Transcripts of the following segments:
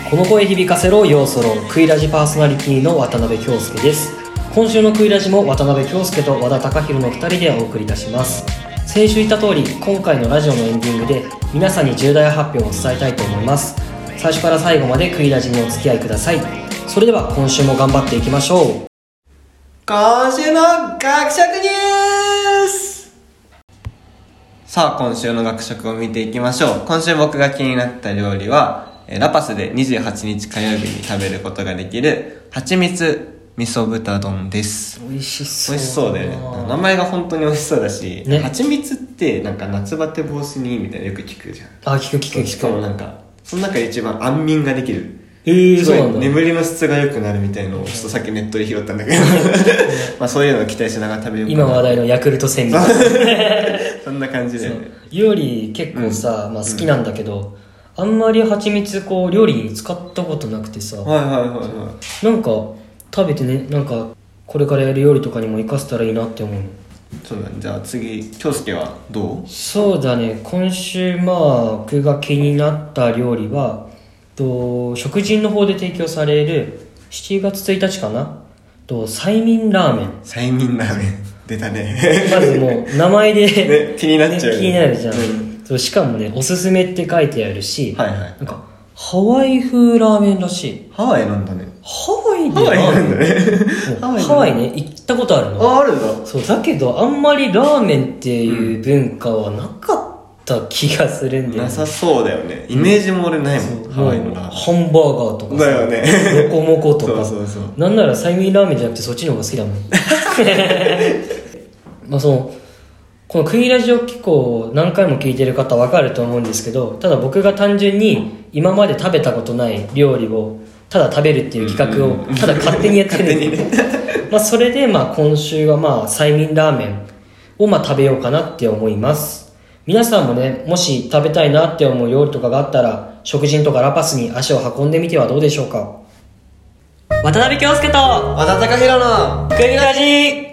この声響かせろようそろクイラジパーソナリティの渡辺京介です。今週のクイラジも渡辺京介と和田貴弘の2人でお送りいたします。先週言った通り、今回のラジオのエンディングで皆さんに重大発表を伝えたいと思います。最初から最後までクイラジにお付き合いください。それでは今週も頑張っていきましょう。 今週の学食ニュース。さあ、今週の学食を見ていきましょう。今週僕が気になった料理はラパスで28日火曜日に食べることができる蜂蜜味噌豚丼です。 美味しそう。 美味しそうで、ね、名前が本当に美味しそうだし、 ね、 蜂蜜ってなんか夏バテ防止にいいみたいなよく聞くじゃん。 あ、聞く。 しかもなんかその中で一番安眠ができる。 そうなんだ。 眠りの質が良くなるみたいのをちょっとさっきネットで拾ったんだけどまあそういうのを期待しながら食べようかな。 今話題のヤクルト1000みたいなそんな感じで、ね、 料理結構さ、好きなんだけど、あんまり蜂蜜こう料理に使ったことなくてさ、なんか食べてね、なんかこれからやる料理とかにも活かせたらいいなって思う。 そうだね。じゃあ次、京介はどう？ そうだね、今週僕が気になった料理は食人の方で提供される7月1日かな催眠ラーメン。 催眠ラーメン出たねまずもう名前で、 ね、気になっちゃう、ね、 気になるじゃん、そうしかもね、おすすめって書いてあるし、なんかハワイ風ラーメンらしい。 ハワイなんだね。 ハワイなんだねハワイね、行ったことあるの。 あるんだ。 そうだけどあんまりラーメンっていう文化はなかった気がするんだよね。 なさそうだよね。イメージも俺ないもん、ハワイのラーメン。 ハンバーガーとかさ、 だよね、 ロコモコとかそうなんなら催眠ラーメンじゃなくてそっちの方が好きだもんまあこのクイラジオ結構何回も聞いてる方分かると思うんですけど、ただ僕が単純に今まで食べたことない料理をただ食べるっていう企画をただ勝手にやってるんですまあそれで今週は催眠ラーメンを食べようかなって思います。皆さんもね、もし食べたいなって思う料理とかがあったら、食人とかラパスに足を運んでみてはどうでしょうか。渡辺京介と和田貴弘のクイラジ。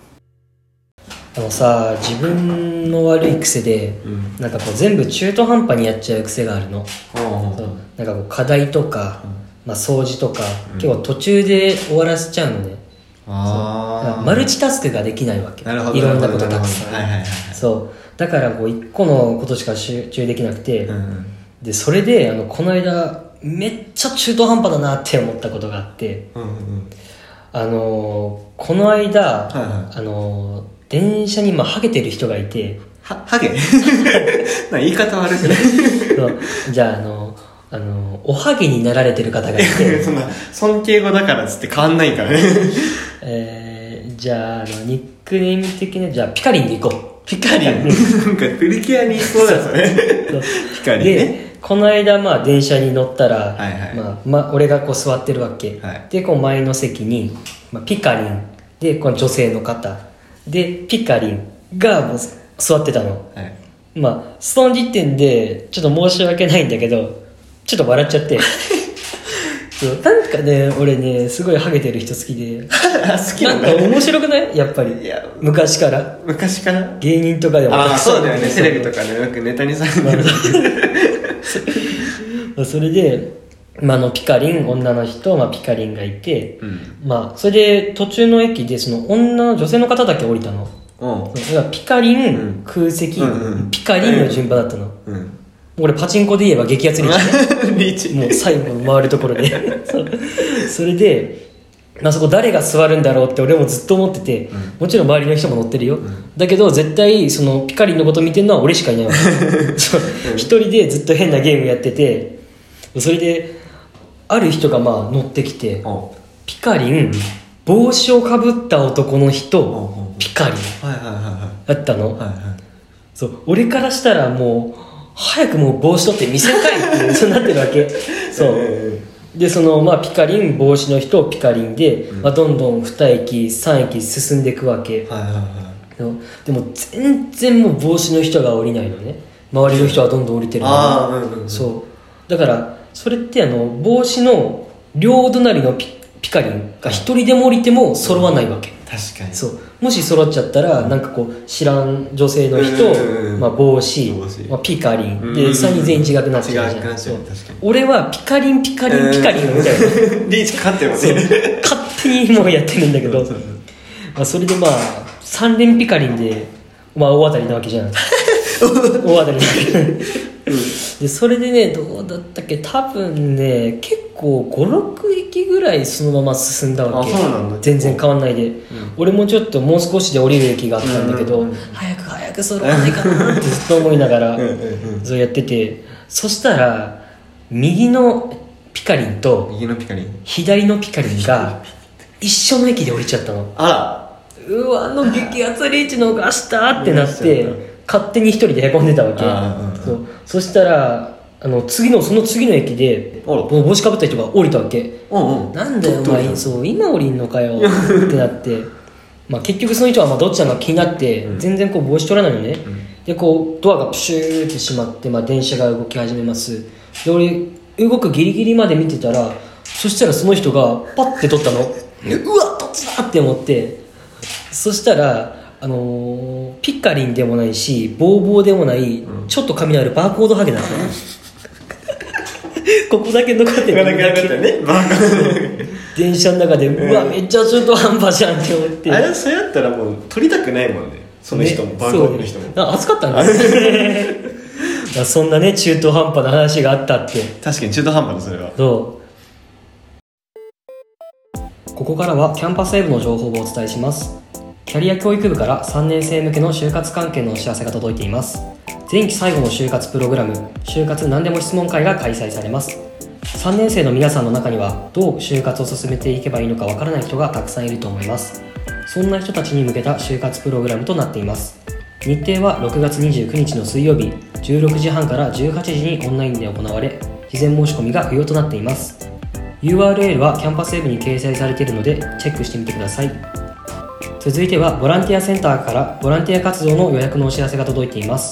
自分の悪い癖で、なんかこう全部中途半端にやっちゃう癖があるの。なんかこう課題とか、掃除とか、結構途中で終わらせちゃうのね。マルチタスクができないわけ。いろんなことたくさん。そうだからこう1個のことしか集中できなくて、でそれでこの間めっちゃ中途半端だなって思ったことがあって、この間、電車にハゲてる人がいて。 ハゲ言い方悪くないじゃあおはげになられてる方がいてそんな尊敬語だからっつって変わんないからねじゃあニックネーム的にじゃあピカリンでいこう。 ピカリンなんかプリキュアにいそうだよねピカリンね。 でこの間電車に乗ったら、俺がこう座ってるわけ、でこう前の席に、ピカリンでこの女性の方でピカリンがもう座ってたの、その時点でちょっと申し訳ないんだけどちょっと笑っちゃってなんかね、俺ねすごいハゲてる人好きで好きなんだ、 なんか面白くない？やっぱり昔から芸人とかでもそうだよね、テレビとかでよくネタにされてるそれで、ピカリン女の人、ピカリンがいて、それで途中の駅でその女性の方だけ降りたの。ピカリン、空席、ピカリンの順番だったの。俺パチンコで言えば激アツリーチねもう最後の回るところでそれで、そこ誰が座るんだろうって俺もずっと思ってて、もちろん周りの人も乗ってるよ、だけど絶対そのピカリンのこと見てるのは俺しかいないわけ一人でずっと変なゲームやってて、それである人が乗ってきて、ピカリン帽子をかぶった男の人、ピカリンだったの。そう俺からしたらもう早くもう帽子取って見せたいっていうそうなってるわけそうでそのピカリン帽子の人ピカリンで、どんどん2駅3駅進んでいくわけ、でも全然もう帽子の人が降りないのね。周りの人はどんどん降りてるの、そうだからそれって帽子の両隣のピカリンが一人でも降りても揃わないわけ、 確かに。 そうもし揃っちゃったらなんかこう知らん女性の人、まあ、帽子、まあ、ピカリンで3人全員違くなっちゃうじゃん。そう俺はピカリンピカリンピカリンみたいなリーチかかってるもんね。 勝手にもうやってるんだけどまあ、それでまあ3連ピカリンで、まあ、大当たりなわけじゃん大当たりなわけでそれでねどうだったっけ多分ね結構 5,6 駅ぐらいそのまま進んだわけ。 あそうなんだ。 全然変わんないで、俺もちょっともう少しで降りる駅があったんだけど、早く揃わないかなってずっと思いながらそうやってて、そしたら右のピカリンと左のピカリンが一緒の駅で降りちゃったの。 あらうわ激アツリーチ逃したってなって勝手に一人でへこんでたわけ。そしたらその次の駅で帽子かぶった人が降りたわけ。なんだよお前そう今降りんのかよってなってまあ結局その人はまあどっちなのか気になって全然こう帽子取らないのね。でこうドアがプシューって閉まって、まあ、電車が動き始めます。で俺動くギリギリまで見てたらそしたらその人がパッて取ったの。うわどっちだって思って、そしたらピカリンでもないしボーボーでもない、ちょっと髪のあるバーコードハゲだったねここだけ残ってる電車の中でうわめっちゃ中途半端じゃんって思って、 あれそうやったらもう撮りたくないもんねその人も、バーコードの人も暑かったんだそんなね中途半端な話があったって。 確かに中途半端だそれは。 ここからはキャンパスウェブの情報をお伝えします。キャリア教育部から3年生向けの就活関係のお知らせが届いています。前期最後の就活プログラム就活何でも質問会が開催されます。3年生の皆さんの中にはどう就活を進めていけばいいのかわからない人がたくさんいると思います。そんな人たちに向けた就活プログラムとなっています。日程は6月29日の水曜日16時半から18時にオンラインで行われ、事前申し込みが不要となっています。URL はキャンパスウェブに掲載されているのでチェックしてみてください。続いてはボランティアセンターからボランティア活動の予約のお知らせが届いています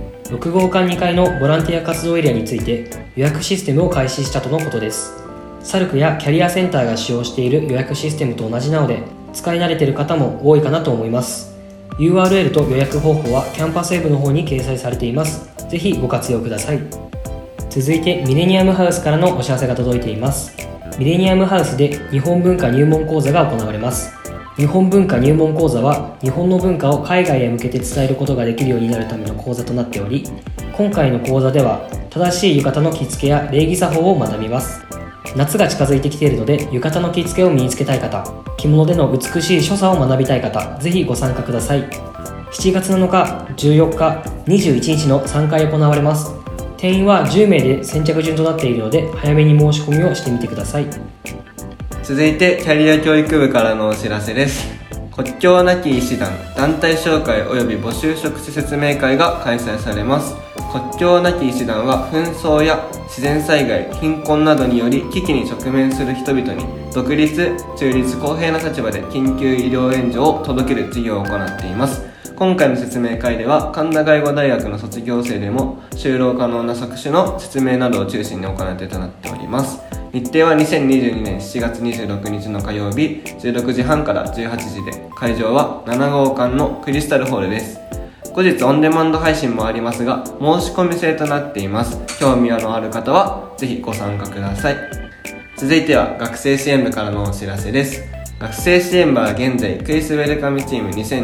。6号館2階のボランティア活動エリアについて予約システムを開始したとのことです。サルクやキャリアセンターが使用している予約システムと同じなので使い慣れている方も多いかなと思います。 URL と予約方法はキャンパスウェブの方に掲載されています。ぜひご活用ください。続いてミレニアムハウスからのお知らせが届いています。ミレニアムハウスで日本文化入門講座が行われます。日本文化入門講座は日本の文化を海外へ向けて伝えることができるようになるための講座となっており、今回の講座では正しい浴衣の着付けや礼儀作法を学びます。夏が近づいてきているので浴衣の着付けを身につけたい方、着物での美しい所作を学びたい方、ぜひご参加ください。7月7日、14日、21日の3回行われます。定員は10名で先着順となっているので早めに申し込みをしてみてください。 続いてキャリア教育部からのお知らせです。国境なき医師団団体紹介及び募集職種説明会が開催されます。国境なき医師団は紛争や自然災害、貧困などにより危機に直面する人々に独立、中立、公平な立場で緊急医療援助を届ける事業を行っています。今回の説明会では神田外語大学の卒業生でも就労可能な職種の説明などを中心に行う予定となっております。日程は2022年7月26日の火曜日16時半から18時で、会場は7号館のクリスタルホールです。後日オンデマンド配信もありますが申し込み制となっています。興味のある方はぜひご参加ください。続いては学生支援部からのお知らせです。学生支援部は現在クイズウェルカムチーム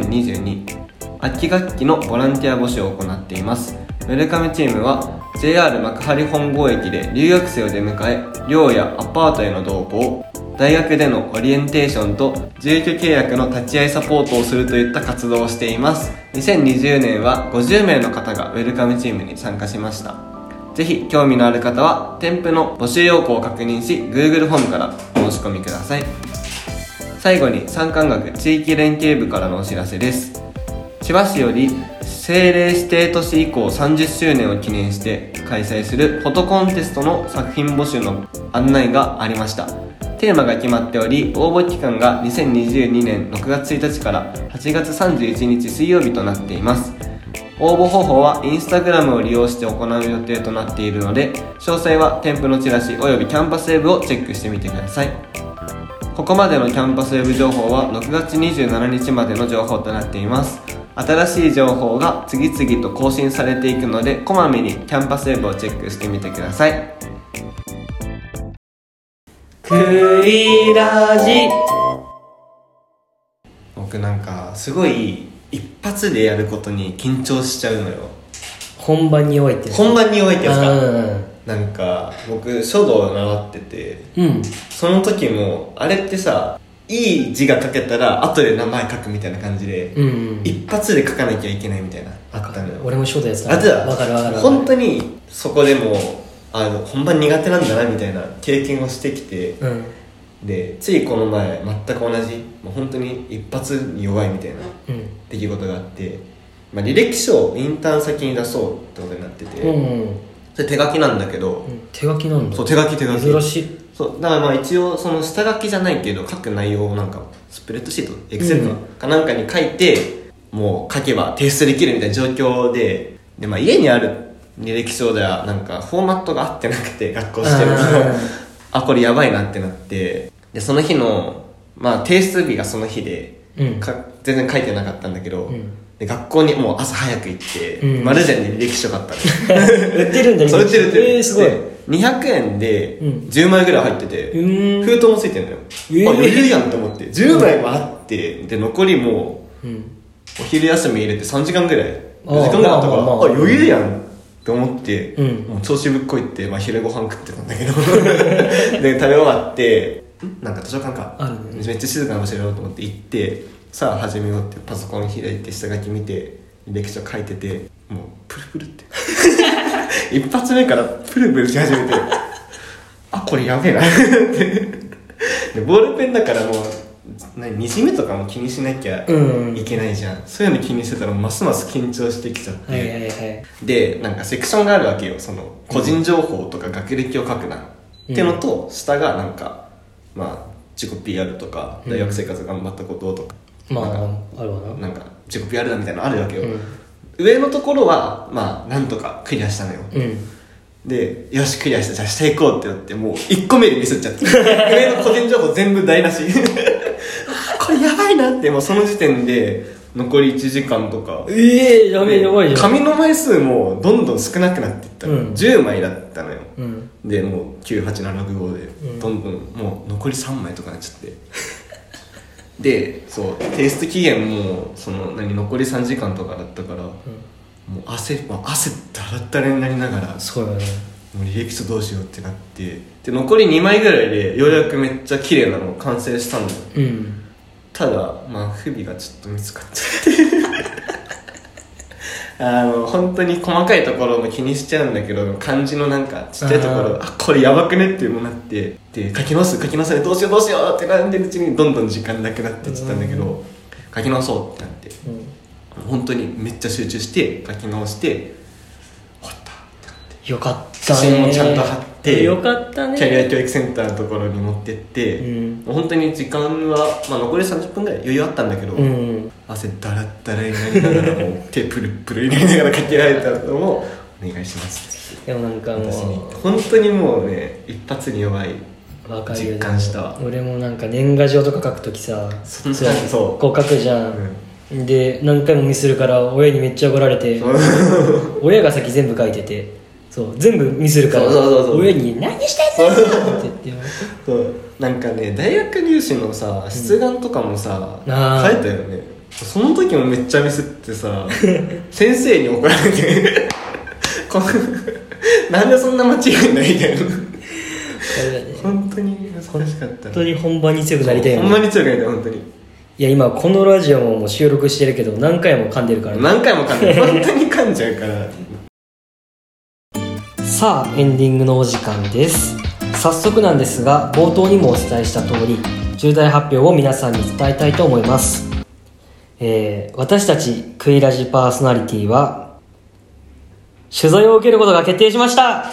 2022秋学期のボランティア募集を行っています。ウェルカムチームは JR 幕張本郷駅で留学生を出迎え、寮やアパートへの同行、大学でのオリエンテーションと住居契約の立ち会いサポートをするといった活動をしています。2020年は50名の方がウェルカムチームに参加しました。ぜひ興味のある方は添付の募集要項を確認し Google フォームからお申し込みください。最後に産官学地域連携部からのお知らせです。千葉市より政令指定都市移行30周年を記念して開催するフォトコンテストの作品募集の案内がありました。テーマが決まっており、応募期間が2022年6月1日から8月31日水曜日となっています。応募方法はインスタグラムを利用して行う予定となっているので、詳細は添付のチラシおよびキャンパスウェブをチェックしてみてください。 ここまでのキャンパスウェブ情報は6月27日までの情報となっています。新しい情報が次々と更新されていくので、こまめにキャンパスウェブをチェックしてみてください。 クイラジ。 僕なんかすごい一発でやることに緊張しちゃうのよ。 本番に弱いってやつ。 本番に弱いってやつか。 うんなんか僕書道を習ってて、その時もあれってさ、いい字が書けたら後で名前書くみたいな感じで、一発で書かなきゃいけないみたいなあったのよ。 俺も書道やつだ。 あってた。 わかるわかる。 本当にそこでも本番苦手なんだなみたいな経験をしてきて、でついこの前全く同じ、もう本当に一発に弱いみたいな出来事があって、履歴書をインターン先に出そうってことになってて、それ手書きなんだけど、 手書きなんだ。 そう、手書き珍しい。 そうだから一応その下書きじゃないけど書く内容をなんかスプレッドシートエクセルかなんかに書いて、もう書けば提出できるみたいな状況で、家にある履歴書ではなんかフォーマットが合ってなくて、学校してるのこれやばいなってなって、でその日の提出日がその日で、全然書いてなかったんだけど、で学校にもう朝早く行って、マルジェンで履歴書買ったの売ってるんだよ。 それ売ってるすごい。 200円で10枚ぐらい入ってて、封筒もついてんのよ。余裕やんと思って、10枚もあって、で残りもうお昼休み入れて3時間ぐらい4時間ぐらいあったから、余裕やんって思って、もう調子ぶっこいって、昼ご飯食ってたんだけどで食べ終わって、なんか図書館かめっちゃ静かな場所やろうと思って行って、さあ始めようってパソコン開いて下書き見て履歴書書いてて、もうプルプルって一発目からプルプルし始めてこれやべえなってでボールペンだからもうにじみとかも気にしなきゃいけないじゃん、そういうの気にしてたらますます緊張してきちゃって、でなんかセクションがあるわけよ。その個人情報とか学歴を書くなってのと、下がなんか自己 PR とか大学生活頑張ったこととか、 あるわな。 なんか自己 PR だみたいなのあるわけよ、上のところはなんとかクリアしたのよ、でよしクリアした、じゃあしていこうってなって、もう1個目でミスっちゃって上の個人情報全部台無しこれやばいなって、もうその時点で残り1時間とかやばいじゃん。 紙の枚数もどんどん少なくなっていったの、10枚だったのよ、でもう98765でどんどんもう残り3枚とかになっちゃってでそう提出期限も残り3時間とかだったから、もう汗だらだらになりながら、 そうだね、 もう履歴書どうしようってなって、で残り2枚ぐらいでようやくめっちゃ綺麗なの完成したのよ、ただ不備がちょっと見つかっちゃって本当に細かいところも気にしちゃうんだけど、漢字のなんかちっちゃいところこれやばくねっていうのになって、で書き直すどうしようってなってるうちにどんどん時間なくなってっちゃったんだけど、書き直そうってなって、本当にめっちゃ集中して書き直して終わったってなって、 よかったね、 写真もちゃんと貼って、 よかったね、 キャリア教育センターのところに持ってって、本当に時間は、残り30分ぐらい余裕あったんだけど、汗だらだらになりながらもう手プルプルになりながら書きられたのもお願いしますって。 でもなんかもう本当にもうね、一発に弱い実感したわ。 俺もなんか年賀状とか書くときさ、 そうこう書くじゃん、で何回もミスるから親にめっちゃ怒られて親が先全部書いてて、そう全部ミスるから親に何してんのって言ってそうなんかね、大学入試のさ出願とかもさ、書いたよね。その時もめっちゃミスってさ先生に怒られてなんでそんな間違いないみたいな本当に難しかった、 本当に本番に強くなりたいよね。 本番に強くなりたい、本当に。 いや今このラジオももう収録してるけど何回も噛んでるからね。 何回も噛んでる本当に噛んじゃうからさあエンディングのお時間です。早速なんですが、冒頭にもお伝えした通り重大発表を皆さんに伝えたいと思います。私たちクイラジパーソナリティは取材を受けることが決定しました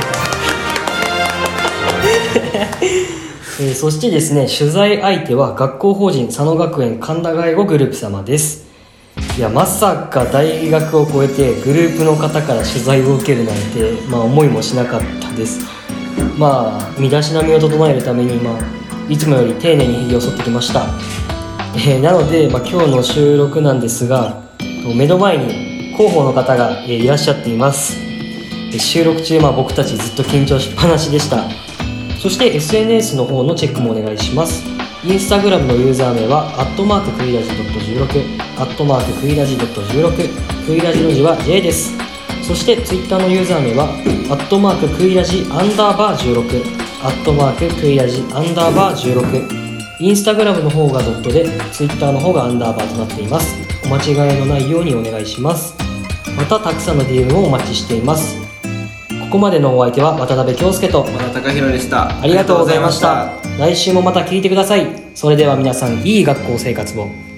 そしてですね、取材相手は学校法人佐野学園神田外語グループ様です。いやまさか大学を超えてグループの方から取材を受けるなんて、思いもしなかったです。身だしなみを整えるためにいつもより丁寧によそってきました。なので、今日の収録なんですが、目の前に広報の方がいらっしゃっています。収録中、僕たちずっと緊張しっぱなしでした。そして SNS の方のチェックもお願いします。インスタグラムのユーザー名はクイラジ.16、クイラジ.16、クイラジの字は J です。そして Twitter のユーザー名はクイラジ_16、クイラジ_16、インスタグラムの方がドットで Twitter の方がアンダーバーとなっています。お間違いのないようにお願いします。またたくさんの DM もお待ちしています。ここまでのお相手は渡辺京介と和田貴弘でした。 ありがとうございました。来週もまた聞いてください。それでは皆さん、いい学校生活を。